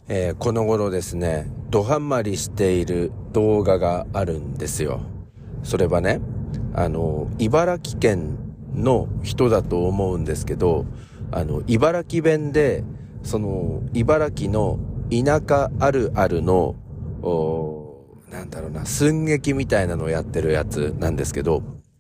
この頃ですね、ドハマりしている動画があるんですよ。それはね、茨城県の人だと思うんですけど、茨城弁で、茨城の田舎あるあるの、寸劇みたいなのをやってるやつなんですけど、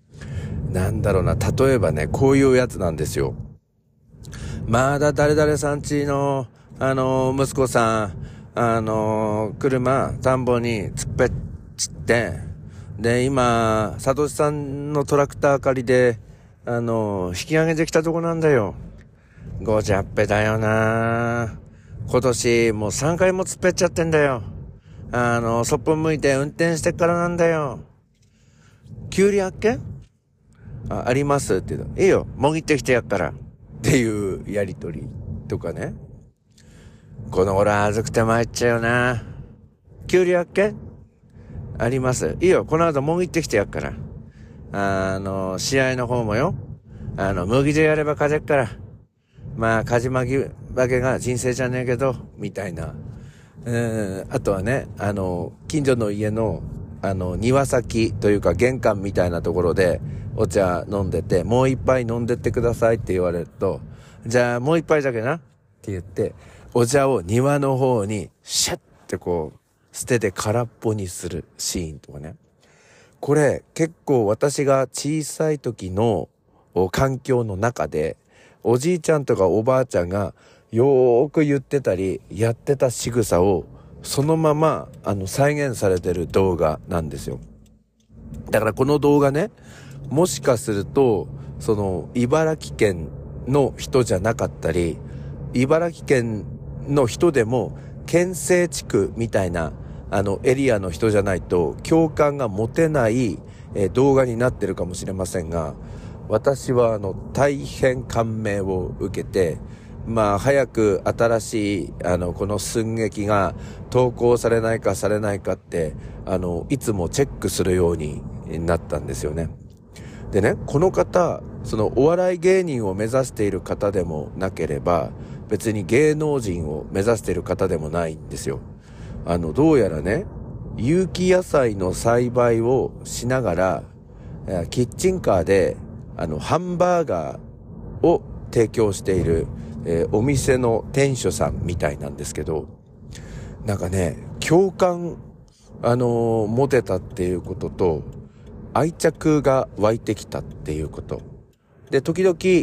例えばね、こういうやつなんですよ。まだ誰々さんちの、息子さん、車、田んぼに突っぺっちって、で、今、サトシさんのトラクター借りで、引き上げてきたとこなんだよ。ごじゃっぺだよな。今年、もう3回も突っぺっちゃってんだよ。そっぽ向いて運転してからなんだよ。キュウリあっけ？ありますって言うの。いいよ、もぎってきてやっから。っていうやりとりとかね。この頃あずくて参っちゃうな。キュウリあっけ？あります。いいよ、この後もぎってきてやっから。試合の方もよ。麦でやれば勝てっから。まあ、勝ち負けが人生じゃねえけど、みたいな。あとはね、近所の家の、庭先というか玄関みたいなところでお茶飲んでて、もう一杯飲んでってくださいって言われると、じゃあもう一杯だけなって言って、お茶を庭の方にシャッってこう、捨てて空っぽにするシーンとかね。これ結構私が小さい時の環境の中で、おじいちゃんとかおばあちゃんがよーく言ってたりやってた仕草をそのまま再現されてる動画なんですよ。だからこの動画ね、もしかすると茨城県の人じゃなかったり、茨城県の人でも県西地区みたいなエリアの人じゃないと共感が持てない、動画になってるかもしれませんが、私は大変感銘を受けて、早く新しいこの寸劇が投稿されないかされないかっていつもチェックするようになったんですよね。でね、この方お笑い芸人を目指している方でもなければ、別に芸能人を目指している方でもないんですよ。どうやらね、有機野菜の栽培をしながらキッチンカーでハンバーガーを提供している、お店の店主さんみたいなんですけど、なんかね、共感持てたっていうことと、愛着が湧いてきたっていうことで、時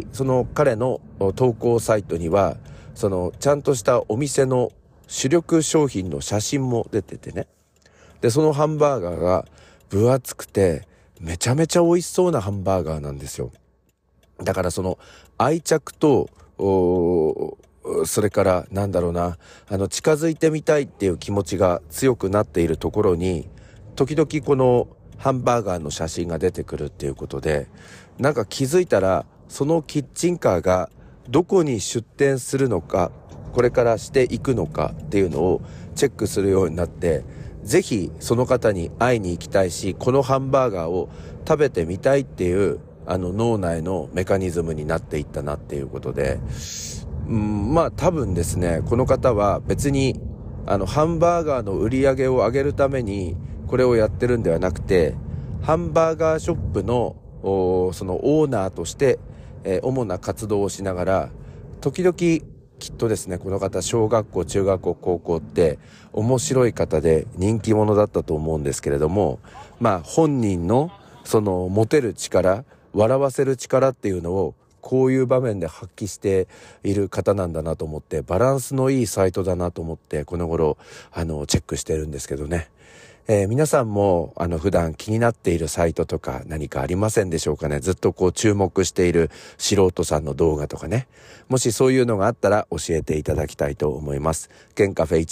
々彼の投稿サイトにはちゃんとしたお店の主力商品の写真も出ててね。で、そのハンバーガーが分厚くてめちゃめちゃ美味しそうなハンバーガーなんですよ。だから愛着と、それから近づいてみたいっていう気持ちが強くなっているところに、時々このハンバーガーの写真が出てくるっていうことで、気づいたらそのキッチンカーがどこに出店するのか、これからしていくのかっていうのをチェックするようになって、ぜひその方に会いに行きたいし、このハンバーガーを食べてみたいっていう脳内のメカニズムになっていったなっていうことで、多分ですね、この方は別にハンバーガーの売り上げを上げるためにこれをやってるんではなくて、ハンバーガーショップのオーナーとして、主な活動をしながら、時々きっとですね、この方小学校、中学校、高校って面白い方で人気者だったと思うんですけれども、本人のモテる力、笑わせる力っていうのをこういう場面で発揮している方なんだなと思って、バランスのいいサイトだなと思ってこの頃チェックしてるんですけどね。皆さんも普段気になっているサイトとか何かありませんでしょうかね。ずっと注目している素人さんの動画とかね。もしそういうのがあったら教えていただきたいと思います。ケンカフェ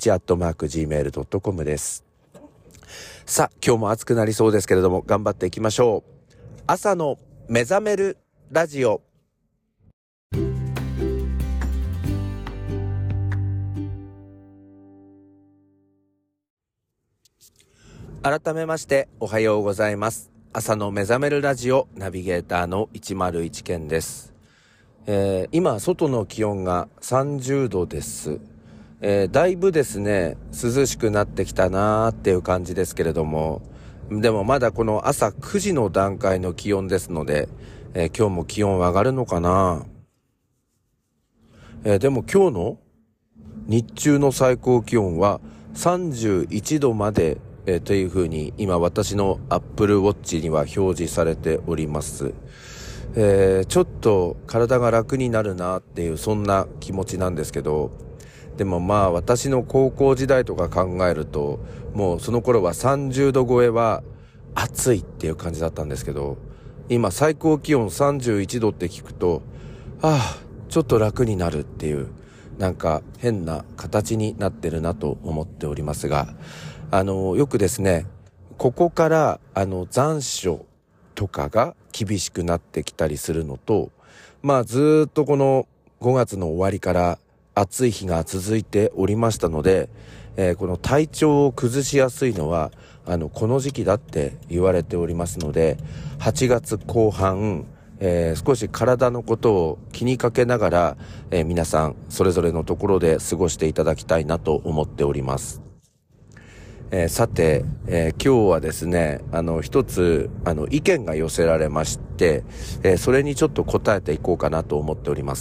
101@gmail.com です。さあ、今日も暑くなりそうですけれども頑張っていきましょう。朝の目覚めるラジオ。改めましておはようございます。朝の目覚めるラジオナビゲーターの101健です。今外の気温が30度です。 だいぶですね、涼しくなってきたなーっていう感じですけれども、でもまだこの朝9時の段階の気温ですので、今日も気温上がるのかな。でも今日の日中の最高気温は31度まで、というふうに今私の Apple Watch には表示されております。ちょっと体が楽になるなっていうそんな気持ちなんですけど、でもまあ私の高校時代とか考えると、もうその頃は30度超えは暑いっていう感じだったんですけど、今最高気温31度って聞くと、ちょっと楽になるっていう、なんか変な形になってるなと思っておりますが、よくですね、ここから残暑とかが厳しくなってきたりするのと、まあずっとこの5月の終わりから暑い日が続いておりましたので、この体調を崩しやすいのはこの時期だって言われておりますので、8月後半、少し体のことを気にかけながら、皆さんそれぞれのところで過ごしていただきたいなと思っております。さて、今日はですね、一つ意見が寄せられまして、それにちょっと答えていこうかなと思っております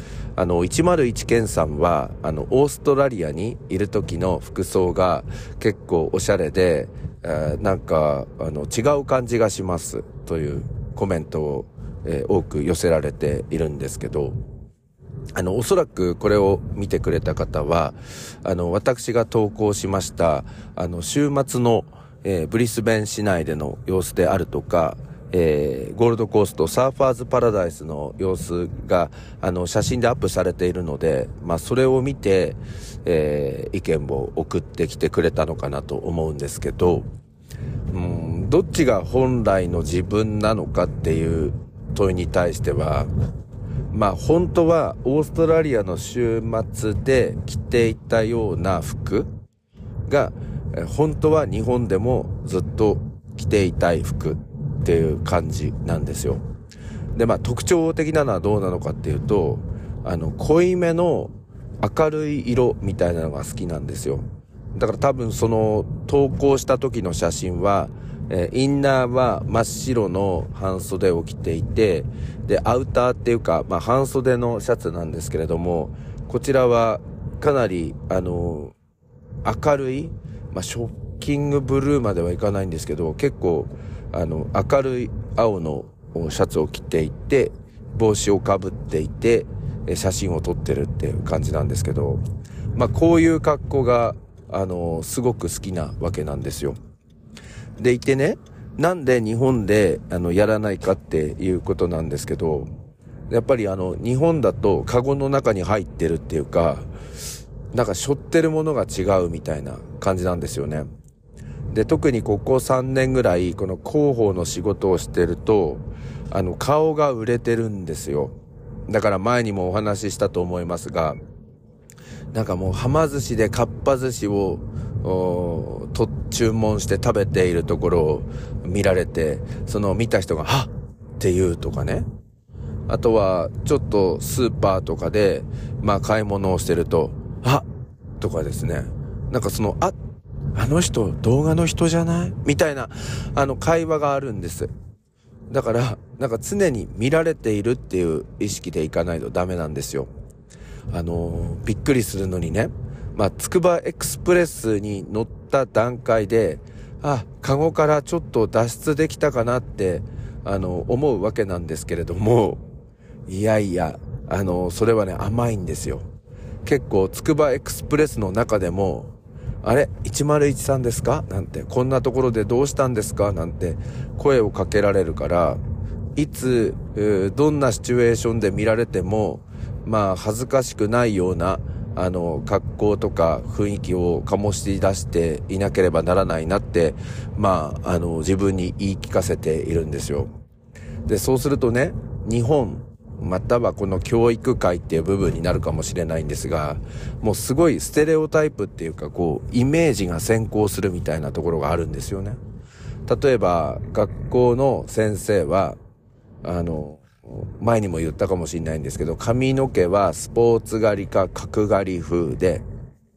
。101健さんはオーストラリアにいる時の服装が結構おしゃれで、なんか違う感じがしますというコメントを、多く寄せられているんですけど、おそらくこれを見てくれた方は私が投稿しました週末の、ブリスベン市内での様子であるとか、ゴールドコーストサーファーズパラダイスの様子が写真でアップされているので、まあそれを見て、意見を送ってきてくれたのかなと思うんですけど、どっちが本来の自分なのかっていう問いに対しては、まあ本当はオーストラリアの週末で着ていたような服が本当は日本でもずっと着ていたい服っていう感じなんですよ。でまあ特徴的なのはどうなのかっていうと、濃いめの明るい色みたいなのが好きなんですよ。だから多分その投稿した時の写真はインナーは真っ白の半袖を着ていて、でアウターっていうか、まあ、半袖のシャツなんですけれども、こちらはかなり明るい、まあ、ショッキングブルーまではいかないんですけど、結構明るい青のシャツを着ていて、帽子をかぶっていて写真を撮ってるっていう感じなんですけど、まあこういう格好がすごく好きなわけなんですよ。でいてね、なんで日本でやらないかっていうことなんですけど、やっぱり日本だとカゴの中に入ってるっていうか、なんか背負ってるものが違うみたいな感じなんですよね。で特にここ3年ぐらいこの広報の仕事をしてると顔が売れてるんですよ。だから前にもお話ししたと思いますが、なんかもうはま寿司でかっぱ寿司を注文して食べているところを見られて、その見た人がはっって言うとかね。あとはちょっとスーパーとかでまあ買い物をしてるとはっとかですね、なんかそのあの人動画の人じゃないみたいな会話があるんです。だからなんか常に見られているっていう意識でいかないとダメなんですよ。びっくりするのにね、まあ、つくばエクスプレスに乗った段階で、カゴからちょっと脱出できたかなって、思うわけなんですけれども、いやいや、それはね、甘いんですよ。結構、つくばエクスプレスの中でも、あれ 101 ですかなんて、こんなところでどうしたんですかなんて声をかけられるから、いつ、どんなシチュエーションで見られても、まあ、恥ずかしくないような、格好とか雰囲気を醸し出していなければならないなって、まあ、自分に言い聞かせているんですよ。で、そうするとね、日本、またはこの教育界っていう部分になるかもしれないんですが、もうすごいステレオタイプっていうか、こう、イメージが先行するみたいなところがあるんですよね。例えば、学校の先生は、前にも言ったかもしれないんですけど、髪の毛はスポーツ刈りか角刈り風で、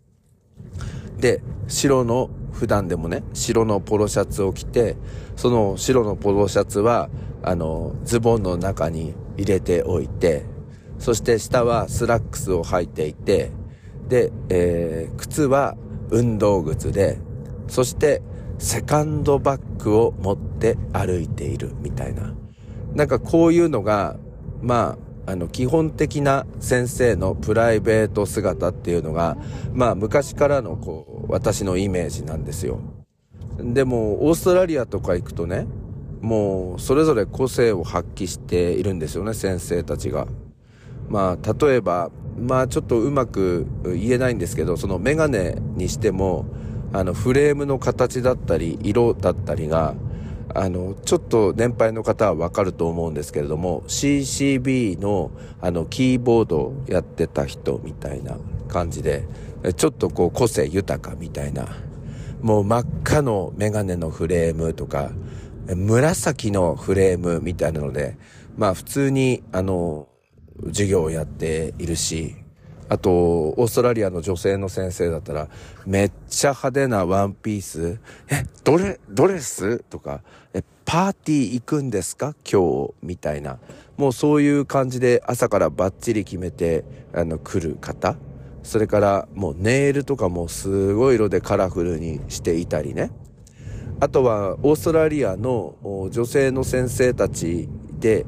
で、普段でもね、白のポロシャツを着て、その白のポロシャツは、ズボンの中に入れておいて、そして下はスラックスを履いていて、で、靴は運動靴で、そしてセカンドバッグを持って歩いているみたいな。なんかこういうのが、基本的な先生のプライベート姿っていうのが、昔からの私のイメージなんですよ。でも、オーストラリアとか行くとね、もう、それぞれ個性を発揮しているんですよね、先生たちが。例えば、ちょっとうまく言えないんですけど、そのメガネにしても、フレームの形だったり、色だったりが、ちょっと年配の方はわかると思うんですけれども、CCB のキーボードをやってた人みたいな感じで、ちょっと個性豊かみたいな、もう真っ赤のメガネのフレームとか、紫のフレームみたいなので、普通に授業をやっているし、あと、オーストラリアの女性の先生だったら、めっちゃ派手なワンピース、ドレスとか、パーティー行くんですか今日みたいな。もうそういう感じで朝からバッチリ決めて、来る方。それからもうネイルとかもすごい色でカラフルにしていたりね。あとは、オーストラリアの女性の先生たちで、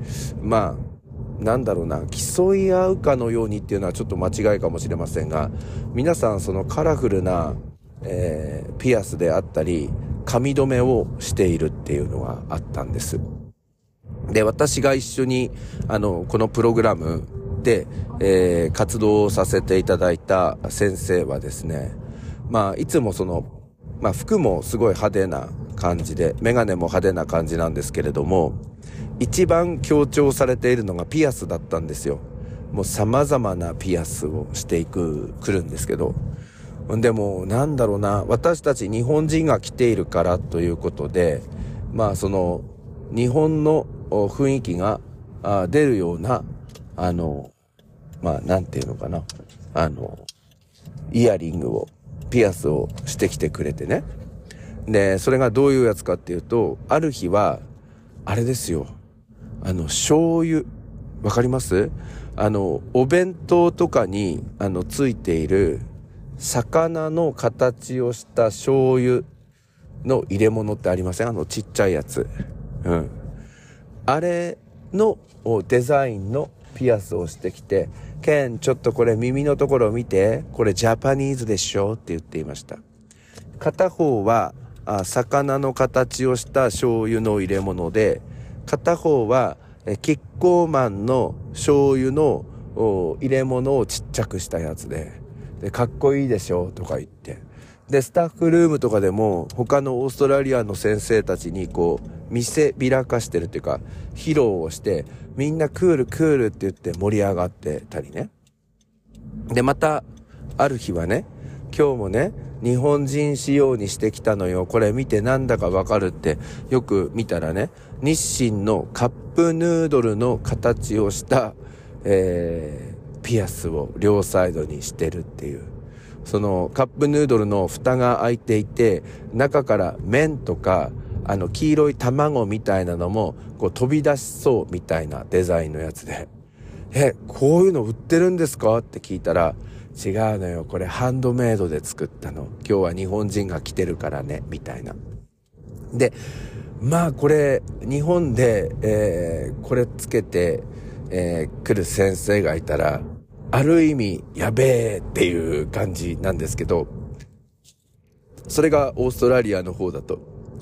競い合うかのようにっていうのはちょっと間違いかもしれませんが、皆さんそのカラフルな、ピアスであったり、髪留めをしているっていうのがあったんです。で、私が一緒に、このプログラムで、活動をさせていただいた先生はですね、いつも服もすごい派手な感じで、メガネも派手な感じなんですけれども、一番強調されているのがピアスだったんですよ。もう様々なピアスをして来るんですけど。でも、私たち日本人が来ているからということで、日本の雰囲気が出るような、なんていうのかな。イヤリングを、ピアスをしてきてくれてね。で、それがどういうやつかっていうと、ある日は、あれですよ。醤油。わかります？お弁当とかに、ついている、魚の形をした醤油の入れ物ってありません？ちっちゃいやつ。うん。あれのデザインのピアスをしてきて、ケン、ちょっとこれ耳のところを見て、これジャパニーズでしょって言っていました。片方は、魚の形をした醤油の入れ物で、片方はキッコーマンの醤油の入れ物をちっちゃくしたやつで、かっこいいでしょとか言って、でスタッフルームとかでも他のオーストラリアの先生たちに見せびらかしてるっていうか、披露をしてみんなクールクールって言って盛り上がってたりね。でまたある日はね、今日もね日本人仕様にしてきたのよ、これ見てなんだかわかるって、よく見たらね、日清のカップヌードルの形をした、ピアスを両サイドにしてるっていう。そのカップヌードルの蓋が開いていて、中から麺とか黄色い卵みたいなのも飛び出しそうみたいなデザインのやつで、こういうの売ってるんですかって聞いたら、違うのよ、これハンドメイドで作ったの、今日は日本人が来てるからねみたいな。でこれ日本で、これつけて、来る先生がいたらある意味やべえっていう感じなんですけど、それがオーストラリアの方だと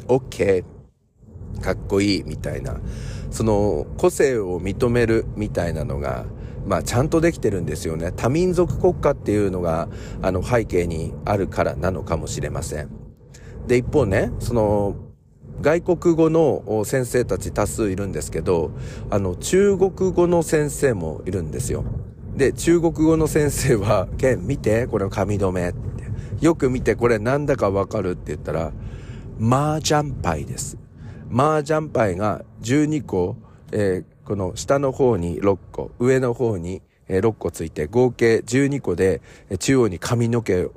OK かっこいいみたいな、その個性を認めるみたいなのがちゃんとできてるんですよね。多民族国家っていうのが背景にあるからなのかもしれません。で一方ね、その外国語の先生たち多数いるんですけど、中国語の先生もいるんですよ。で中国語の先生は、ケン見てこれ髪留めって、よく見てこれなんだかわかるって言ったら、麻雀牌です。麻雀牌が12個、この下の方に6個、上の方に6個ついて合計12個で、中央に髪の毛を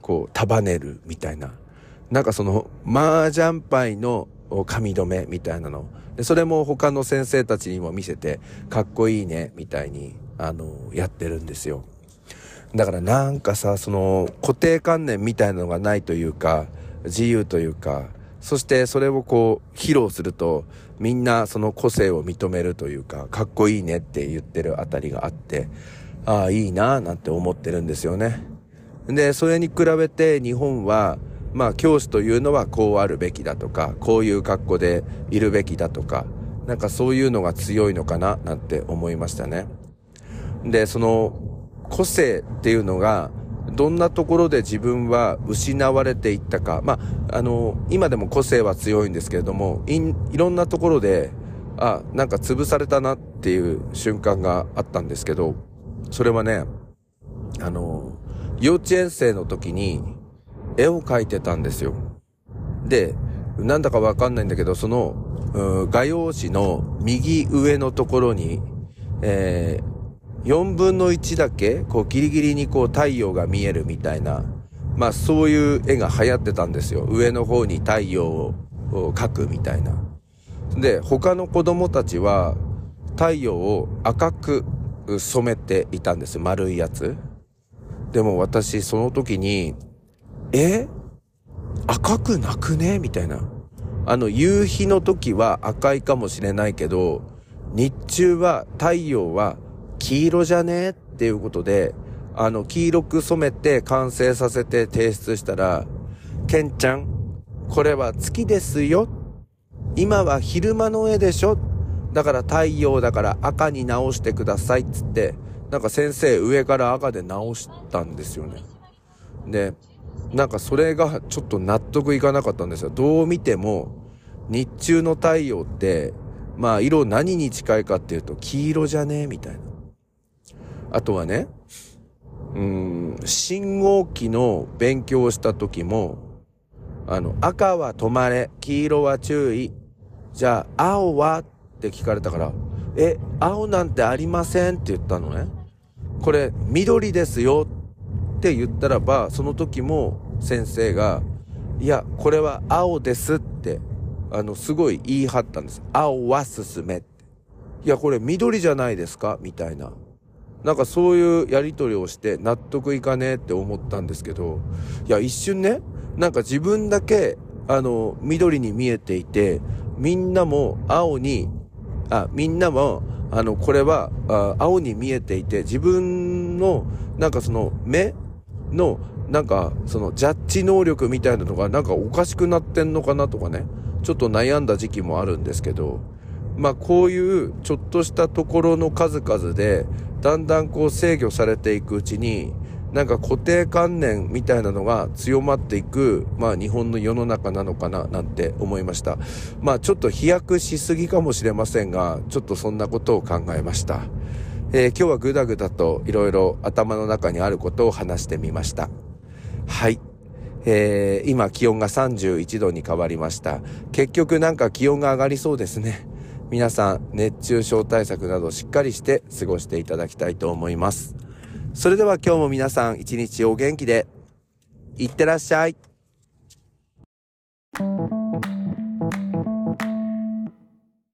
こう束ねるみたいな、なんかその麻雀牌の髪留めみたいなので、それも他の先生たちにも見せてかっこいいねみたいにやってるんですよ。だからなんかさ、その固定観念みたいなのがないというか、自由というか、そしてそれをこう披露するとみんなその個性を認めるというか、かっこいいねって言ってるあたりがあって、ああいいななんて思ってるんですよね。でそれに比べて日本は教師というのはこうあるべきだとか、こういう格好でいるべきだとか、なんかそういうのが強いのかななんて思いましたね。でその個性っていうのがどんなところで自分は失われていったか、今でも個性は強いんですけれども、いろんなところでなんか潰されたなっていう瞬間があったんですけど、それはね、幼稚園生の時に絵を描いてたんですよ。でなんだかわかんないんだけど、その画用紙の右上のところに、4分の1だけこうギリギリにこう太陽が見えるみたいな、そういう絵が流行ってたんですよ。上の方に太陽を描くみたいな。で他の子供たちは太陽を赤く染めていたんですよ、丸いやつ。でも私その時に赤くなくねみたいな。夕日の時は赤いかもしれないけど、日中は太陽は黄色じゃねっていうことで、黄色く染めて完成させて提出したら、ケンちゃんこれは月ですよ、今は昼間の絵でしょ、だから太陽だから赤に直してくださいっつって、なんか先生上から赤で直したんですよね。でなんかそれがちょっと納得いかなかったんですよ。どう見ても日中の太陽って色何に近いかっていうと黄色じゃねみたいな。あとはね、信号機の勉強をした時も赤は止まれ、黄色は注意、じゃあ青はって聞かれたから、青なんてありませんって言ったのね。これ緑ですよって言ったらば、その時も先生がいやこれは青ですってすごい言い張ったんです。青は進めって、いやこれ緑じゃないですかみたいな、なんかそういうやり取りをして納得いかねえって思ったんですけど、いや一瞬ね、なんか自分だけ緑に見えていて、みんなも青にみんなもこれは青に見えていて、自分のなんかその目のなんかそのジャッジ能力みたいなのがなんかおかしくなってんのかなとかね、ちょっと悩んだ時期もあるんですけど、こういうちょっとしたところの数々でだんだんこう制御されていくうちに、なんか固定観念みたいなのが強まっていく、日本の世の中なのかななんて思いました。ちょっと飛躍しすぎかもしれませんが、ちょっとそんなことを考えました。今日はぐだぐだといろいろ頭の中にあることを話してみました。はい。今気温が31度に変わりました。結局なんか気温が上がりそうですね。皆さん熱中症対策などしっかりして過ごしていただきたいと思います。それでは今日も皆さん一日お元気でいってらっしゃい。